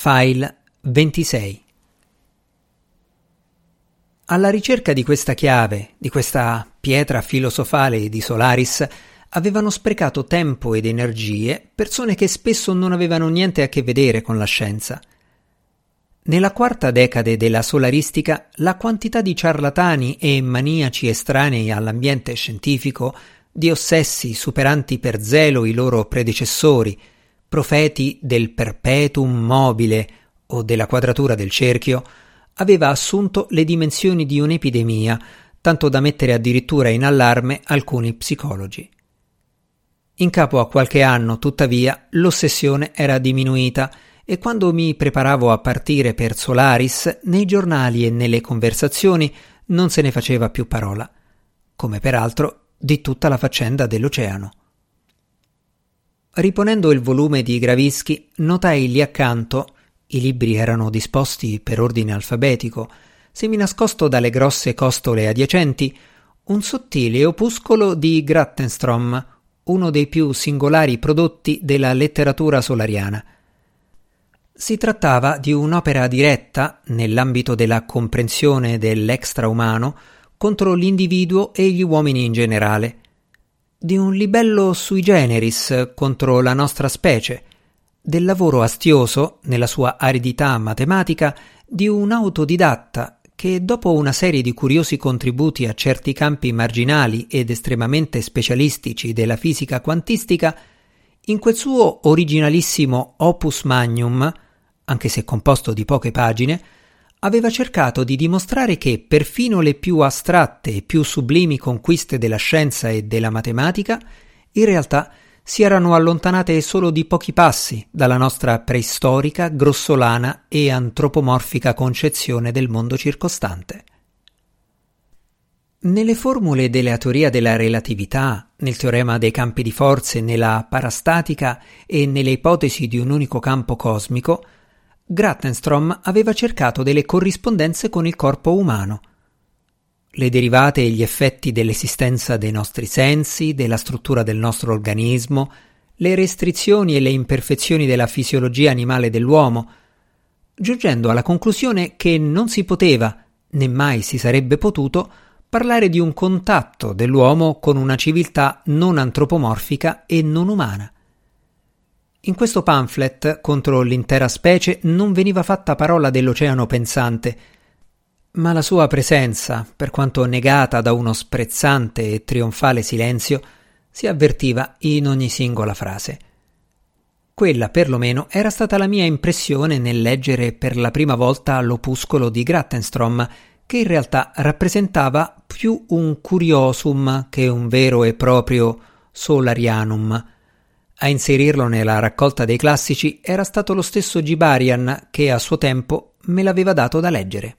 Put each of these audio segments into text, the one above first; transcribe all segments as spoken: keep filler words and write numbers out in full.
File ventisei. Alla ricerca di questa chiave, di questa pietra filosofale di Solaris, avevano sprecato tempo ed energie persone che spesso non avevano niente a che vedere con la scienza. Nella quarta decade della solaristica, la quantità di ciarlatani e maniaci estranei all'ambiente scientifico, di ossessi superanti per zelo i loro predecessori, profeti del perpetuum mobile o della quadratura del cerchio, aveva assunto le dimensioni di un'epidemia, tanto da mettere addirittura in allarme alcuni psicologi. In capo a qualche anno, tuttavia, l'ossessione era diminuita e quando mi preparavo a partire per Solaris, nei giornali e nelle conversazioni non se ne faceva più parola, come peraltro di tutta la faccenda dell'oceano. Riponendo il volume di Gravinsky, notai lì accanto, i libri erano disposti per ordine alfabetico, seminascosto dalle grosse costole adiacenti, un sottile opuscolo di Grattenstrom, uno dei più singolari prodotti della letteratura solariana. Si trattava di un'opera diretta, nell'ambito della comprensione dell'extraumano, contro l'individuo e gli uomini in generale, di un libello sui generis contro la nostra specie, del lavoro astioso, nella sua aridità matematica, di un autodidatta che, dopo una serie di curiosi contributi a certi campi marginali ed estremamente specialistici della fisica quantistica, in quel suo originalissimo opus magnum, anche se composto di poche pagine, aveva cercato di dimostrare che perfino le più astratte e più sublimi conquiste della scienza e della matematica in realtà si erano allontanate solo di pochi passi dalla nostra preistorica, grossolana e antropomorfica concezione del mondo circostante. Nelle formule della teoria della relatività, nel teorema dei campi di forze, nella parastatica e nelle ipotesi di un unico campo cosmico, Grattenstrom aveva cercato delle corrispondenze con il corpo umano. Le derivate e gli effetti dell'esistenza dei nostri sensi, della struttura del nostro organismo, le restrizioni e le imperfezioni della fisiologia animale dell'uomo, giungendo alla conclusione che non si poteva, né mai si sarebbe potuto, parlare di un contatto dell'uomo con una civiltà non antropomorfica e non umana. In questo pamphlet contro l'intera specie non veniva fatta parola dell'oceano pensante, ma la sua presenza, per quanto negata da uno sprezzante e trionfale silenzio, si avvertiva in ogni singola frase. Quella, perlomeno, era stata la mia impressione nel leggere per la prima volta l'opuscolo di Grattenstrom, che in realtà rappresentava più un curiosum che un vero e proprio solarianum. A inserirlo nella raccolta dei classici era stato lo stesso Gibarian che a suo tempo me l'aveva dato da leggere.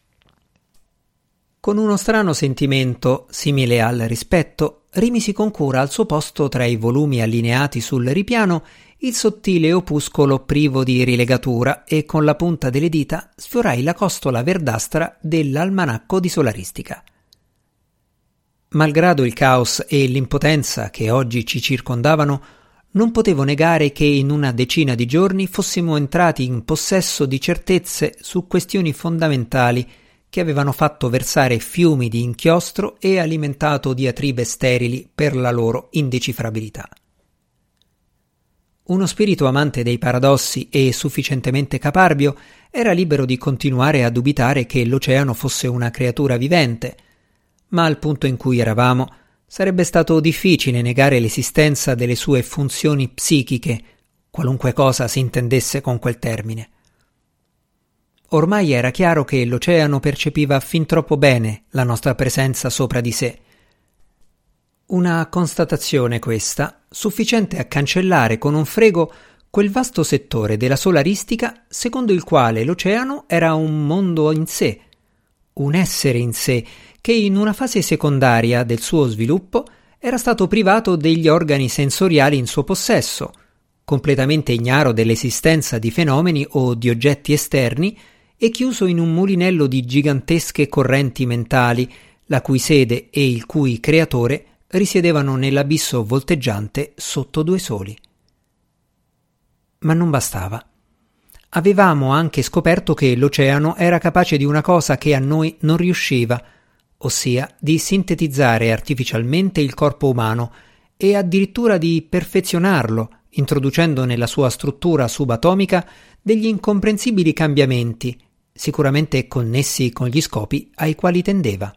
Con uno strano sentimento, simile al rispetto, rimisi con cura al suo posto tra i volumi allineati sul ripiano il sottile opuscolo privo di rilegatura e con la punta delle dita sfiorai la costola verdastra dell'almanacco di solaristica. Malgrado il caos e l'impotenza che oggi ci circondavano, non potevo negare che in una decina di giorni fossimo entrati in possesso di certezze su questioni fondamentali che avevano fatto versare fiumi di inchiostro e alimentato diatribe sterili per la loro indecifrabilità. Uno spirito amante dei paradossi e sufficientemente caparbio era libero di continuare a dubitare che l'oceano fosse una creatura vivente, ma al punto in cui eravamo sarebbe stato difficile negare l'esistenza delle sue funzioni psichiche, qualunque cosa si intendesse con quel termine. Ormai era chiaro che l'oceano percepiva fin troppo bene la nostra presenza sopra di sé. Una constatazione questa, sufficiente a cancellare con un frego quel vasto settore della solaristica secondo il quale l'oceano era un mondo in sé, un essere in sé, che in una fase secondaria del suo sviluppo era stato privato degli organi sensoriali in suo possesso, completamente ignaro dell'esistenza di fenomeni o di oggetti esterni e chiuso in un mulinello di gigantesche correnti mentali, la cui sede e il cui creatore risiedevano nell'abisso volteggiante sotto due soli. Ma non bastava. avevamo anche scoperto che l'oceano era capace di una cosa che a noi non riusciva, ossia di sintetizzare artificialmente il corpo umano e addirittura di perfezionarlo, introducendo nella sua struttura subatomica degli incomprensibili cambiamenti, sicuramente connessi con gli scopi ai quali tendeva.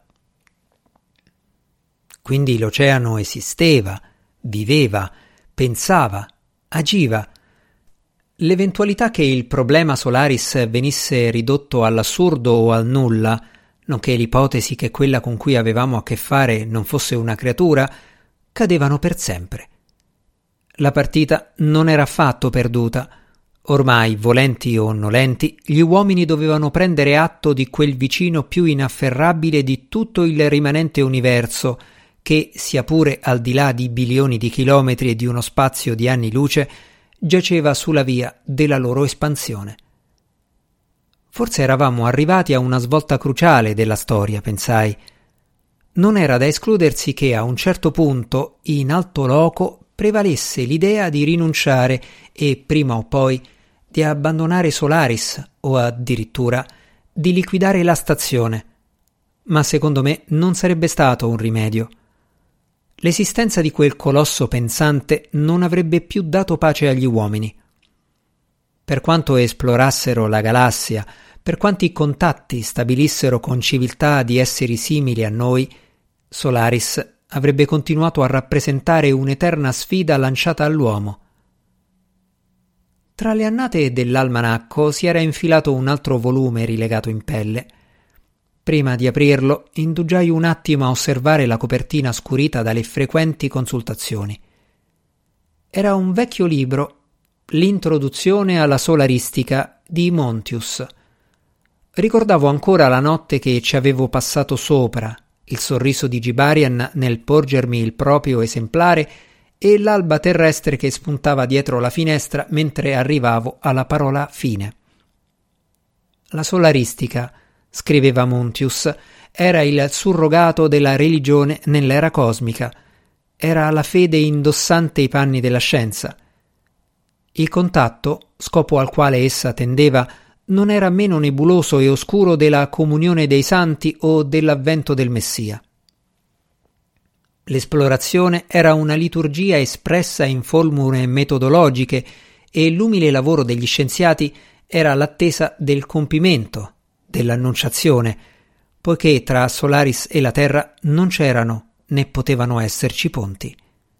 Quindi l'oceano esisteva, viveva, pensava, agiva. L'eventualità che il problema Solaris venisse ridotto all'assurdo o al nulla, nonché l'ipotesi che quella con cui avevamo a che fare non fosse una creatura, cadevano per sempre. La partita non era affatto perduta. Ormai, volenti o nolenti, gli uomini dovevano prendere atto di quel vicino più inafferrabile di tutto il rimanente universo, che, sia pure al di là di bilioni di chilometri e di uno spazio di anni luce, giaceva sulla via della loro espansione. Forse eravamo arrivati a una svolta cruciale della storia, pensai. Non era da escludersi che a un certo punto, in alto loco, prevalesse l'idea di rinunciare e, prima o poi, di abbandonare Solaris o addirittura di liquidare la stazione. Ma secondo me non sarebbe stato un rimedio. L'esistenza di quel colosso pensante non avrebbe più dato pace agli uomini. Per quanto esplorassero la galassia, per quanti contatti stabilissero con civiltà di esseri simili a noi, Solaris avrebbe continuato a rappresentare un'eterna sfida lanciata all'uomo. Tra le annate dell'almanacco si era infilato un altro volume rilegato in pelle. Prima di aprirlo, indugiai un attimo a osservare la copertina scurita dalle frequenti consultazioni. Era un vecchio libro, L'introduzione alla solaristica di Montius. Ricordavo ancora la notte che ci avevo passato sopra, il sorriso di Gibarian nel porgermi il proprio esemplare e l'alba terrestre che spuntava dietro la finestra mentre arrivavo alla parola fine. La solaristica, scriveva Montius, era il surrogato della religione nell'era cosmica, era la fede indossante i panni della scienza. Il contatto, scopo al quale essa tendeva, non era meno nebuloso e oscuro della comunione dei santi o dell'avvento del Messia. L'esplorazione era una liturgia espressa in formule metodologiche e l'umile lavoro degli scienziati era l'attesa del compimento, dell'annunciazione, poiché tra Solaris e la Terra non c'erano né potevano esserci ponti.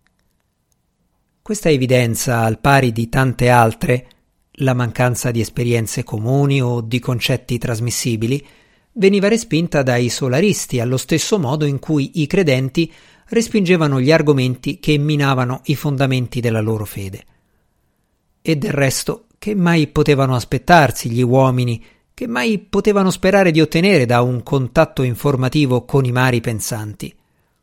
Questa evidenza, al pari di tante altre, la mancanza di esperienze comuni o di concetti trasmissibili, veniva respinta dai solaristi allo stesso modo in cui i credenti respingevano gli argomenti che minavano i fondamenti della loro fede. E del resto, che mai potevano aspettarsi gli uomini, che mai potevano sperare di ottenere da un contatto informativo con i mari pensanti?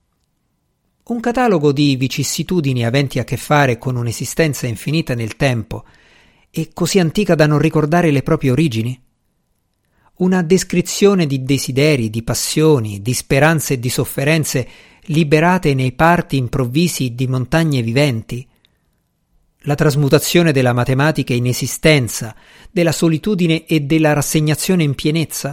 Un catalogo di vicissitudini aventi a che fare con un'esistenza infinita nel tempo e così antica da non ricordare le proprie origini? Una descrizione di desideri, di passioni, di speranze e di sofferenze liberate nei parti improvvisi di montagne viventi? La trasmutazione della matematica in esistenza, della solitudine e della rassegnazione in pienezza?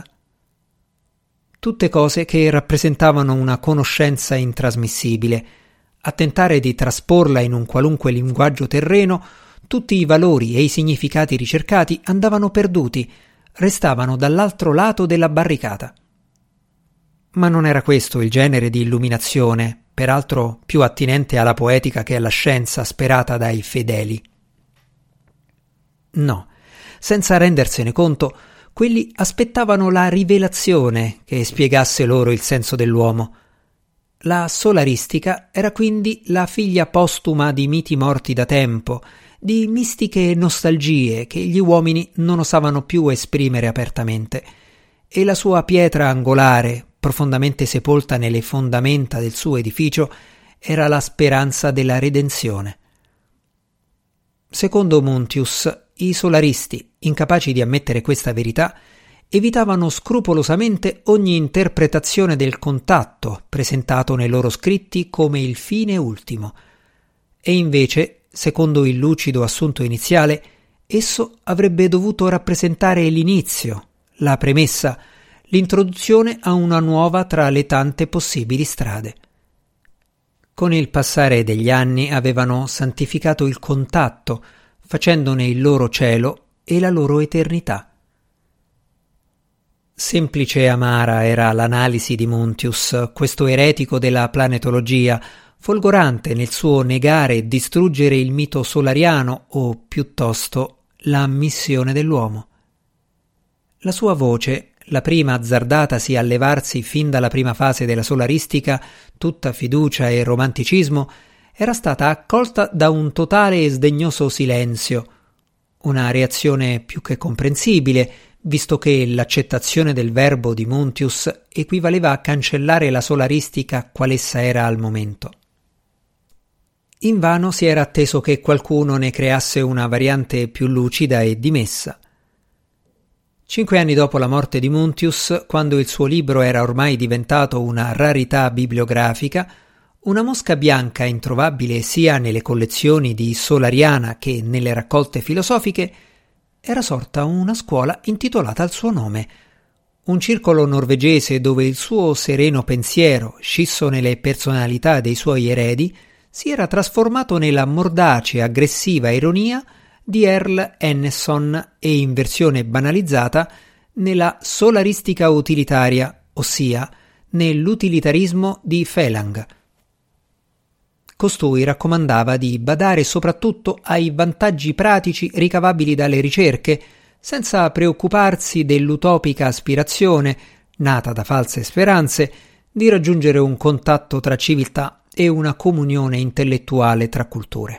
Tutte cose che rappresentavano una conoscenza intrasmissibile. A tentare di trasporla in un qualunque linguaggio terreno, tutti i valori e i significati ricercati andavano perduti, restavano dall'altro lato della barricata. Ma non era questo il genere di illuminazione, peraltro più attinente alla poetica che alla scienza sperata dai fedeli. No, senza rendersene conto, quelli aspettavano la rivelazione che spiegasse loro il senso dell'uomo. La solaristica era quindi la figlia postuma di miti morti da tempo, di mistiche nostalgie che gli uomini non osavano più esprimere apertamente, e la sua pietra angolare, profondamente sepolta nelle fondamenta del suo edificio, era la speranza della redenzione. Secondo Montius, i solaristi, incapaci di ammettere questa verità, evitavano scrupolosamente ogni interpretazione del contatto presentato nei loro scritti come il fine ultimo, e invece, secondo il lucido assunto iniziale, esso avrebbe dovuto rappresentare l'inizio, la premessa, l'introduzione a una nuova tra le tante possibili strade. Con il passare degli anni avevano santificato il contatto, facendone il loro cielo e la loro eternità. Semplice e amara era l'analisi di Montius, questo eretico della planetologia, folgorante nel suo negare e distruggere il mito solariano o, piuttosto, la missione dell'uomo. La sua voce, la prima azzardatasi a levarsi fin dalla prima fase della solaristica, tutta fiducia e romanticismo, era stata accolta da un totale e sdegnoso silenzio, una reazione più che comprensibile, visto che l'accettazione del verbo di Montius equivaleva a cancellare la solaristica qual'essa era al momento. Invano si era atteso che qualcuno ne creasse una variante più lucida e dimessa. Cinque anni dopo la morte di Montius, quando il suo libro era ormai diventato una rarità bibliografica, una mosca bianca introvabile sia nelle collezioni di Solariana che nelle raccolte filosofiche, era sorta una scuola intitolata al suo nome, un circolo norvegese dove il suo sereno pensiero, scisso nelle personalità dei suoi eredi, si era trasformato nella mordace e aggressiva ironia di Earl Enneson e in versione banalizzata nella solaristica utilitaria, ossia nell'utilitarismo di Phelang. Costui raccomandava di badare soprattutto ai vantaggi pratici ricavabili dalle ricerche, senza preoccuparsi dell'utopica aspirazione, nata da false speranze, di raggiungere un contatto tra civiltà e una comunione intellettuale tra culture.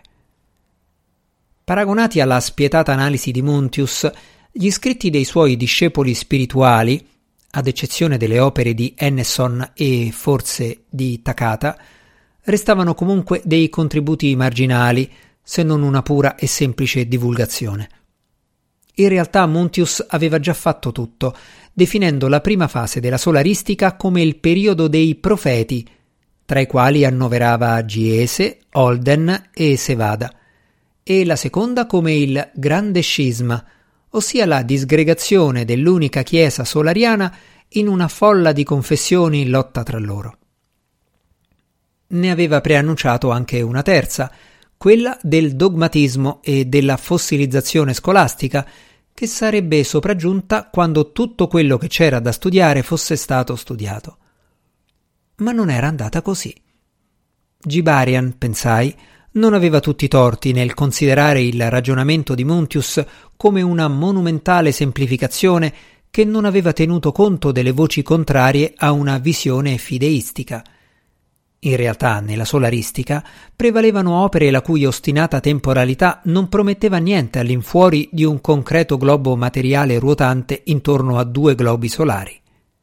Paragonati alla spietata analisi di Montius, gli scritti dei suoi discepoli spirituali, ad eccezione delle opere di Enneson e forse di Takata, restavano comunque dei contributi marginali, se non una pura e semplice divulgazione. In realtà Montius aveva già fatto tutto, definendo la prima fase della solaristica come il periodo dei profeti, tra i quali annoverava Giese, Holden e Sevada, e la seconda come il grande scisma, ossia la disgregazione dell'unica chiesa solariana in una folla di confessioni in lotta tra loro. Ne aveva preannunciato anche una terza, quella del dogmatismo e della fossilizzazione scolastica, che sarebbe sopraggiunta quando tutto quello che c'era da studiare fosse stato studiato. Ma non era andata così. Gibarian, pensai, non aveva tutti i torti nel considerare il ragionamento di Montius come una monumentale semplificazione che non aveva tenuto conto delle voci contrarie a una visione fideistica. In realtà, nella solaristica, prevalevano opere la cui ostinata temporalità non prometteva niente all'infuori di un concreto globo materiale ruotante intorno a due globi solari.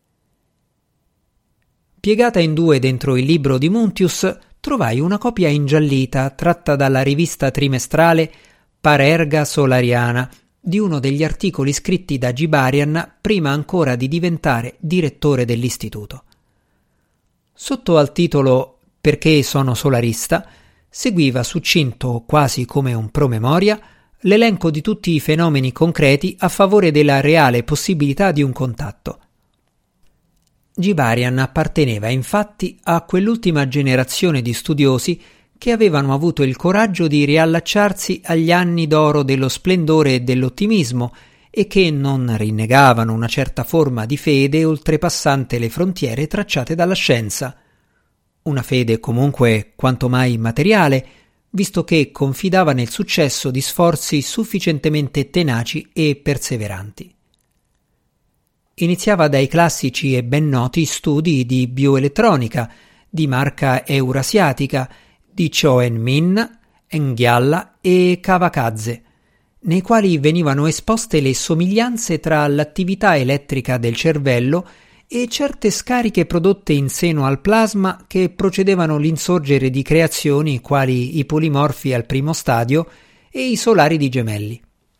Piegata in due dentro il libro di Montius, trovai una copia ingiallita tratta dalla rivista trimestrale Parerga Solariana di uno degli articoli scritti da Gibarian prima ancora di diventare direttore dell'istituto. Sotto al titolo Perché sono solarista, seguiva succinto, quasi come un promemoria, l'elenco di tutti i fenomeni concreti a favore della reale possibilità di un contatto. Gibarian apparteneva infatti a quell'ultima generazione di studiosi che avevano avuto il coraggio di riallacciarsi agli anni d'oro dello splendore e dell'ottimismo e che non rinnegavano una certa forma di fede oltrepassante le frontiere tracciate dalla scienza. Una fede comunque quanto mai materiale, visto che confidava nel successo di sforzi sufficientemente tenaci e perseveranti. Iniziava dai classici e ben noti studi di bioelettronica, di marca eurasiatica, di Choen Min, Enghialla e Kawakaze, nei quali venivano esposte le somiglianze tra l'attività elettrica del cervello e certe scariche prodotte in seno al plasma che procedevano l'insorgere di creazioni quali i polimorfi al primo stadio e i solari di gemelli.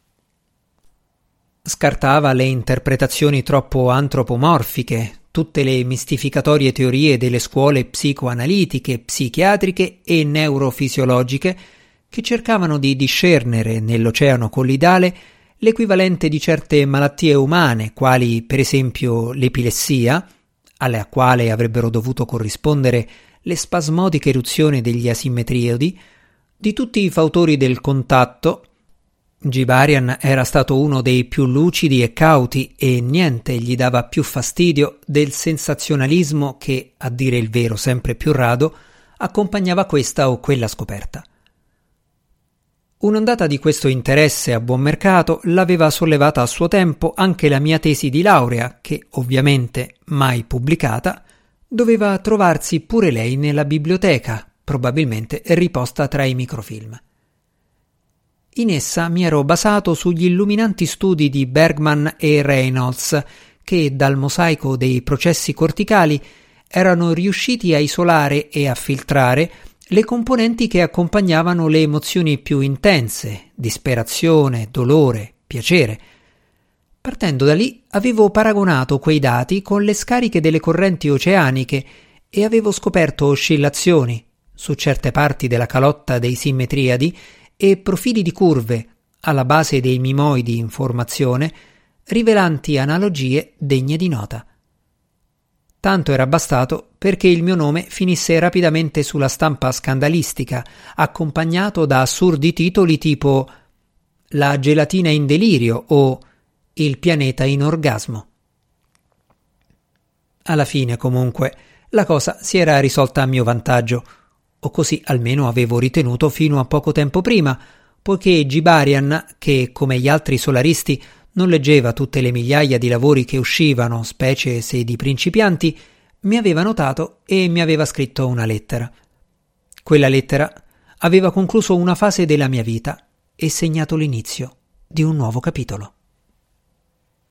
Scartava le interpretazioni troppo antropomorfiche, tutte le mistificatorie teorie delle scuole psicoanalitiche, psichiatriche e neurofisiologiche che cercavano di discernere nell'oceano collidale l'equivalente di certe malattie umane, quali per esempio l'epilessia, alla quale avrebbero dovuto corrispondere le spasmodiche eruzioni degli asimmetriodi, di tutti i fautori del contatto. Gibarian era stato uno dei più lucidi e cauti e niente gli dava più fastidio del sensazionalismo che, a dire il vero sempre più rado, accompagnava questa o quella scoperta. Un'ondata di questo interesse a buon mercato l'aveva sollevata a suo tempo anche la mia tesi di laurea, che ovviamente, mai pubblicata, doveva trovarsi pure lei nella biblioteca, probabilmente riposta tra i microfilm. In essa mi ero basato sugli illuminanti studi di Bergman e Reynolds, che dal mosaico dei processi corticali erano riusciti a isolare e a filtrare le componenti che accompagnavano le emozioni più intense, disperazione, dolore, piacere. Partendo da lì avevo paragonato quei dati con le scariche delle correnti oceaniche e avevo scoperto oscillazioni su certe parti della calotta dei simmetriadi e profili di curve alla base dei mimoidi in formazione, rivelanti analogie degne di nota. Tanto era bastato perché il mio nome finisse rapidamente sulla stampa scandalistica, accompagnato da assurdi titoli tipo «La gelatina in delirio» o «Il pianeta in orgasmo». Alla fine, comunque, la cosa si era risolta a mio vantaggio, o così almeno avevo ritenuto fino a poco tempo prima, poiché Gibarian, che come gli altri solaristi non leggeva tutte le migliaia di lavori che uscivano, specie se di principianti, mi aveva notato e mi aveva scritto una lettera. Quella lettera aveva concluso una fase della mia vita e segnato l'inizio di un nuovo capitolo.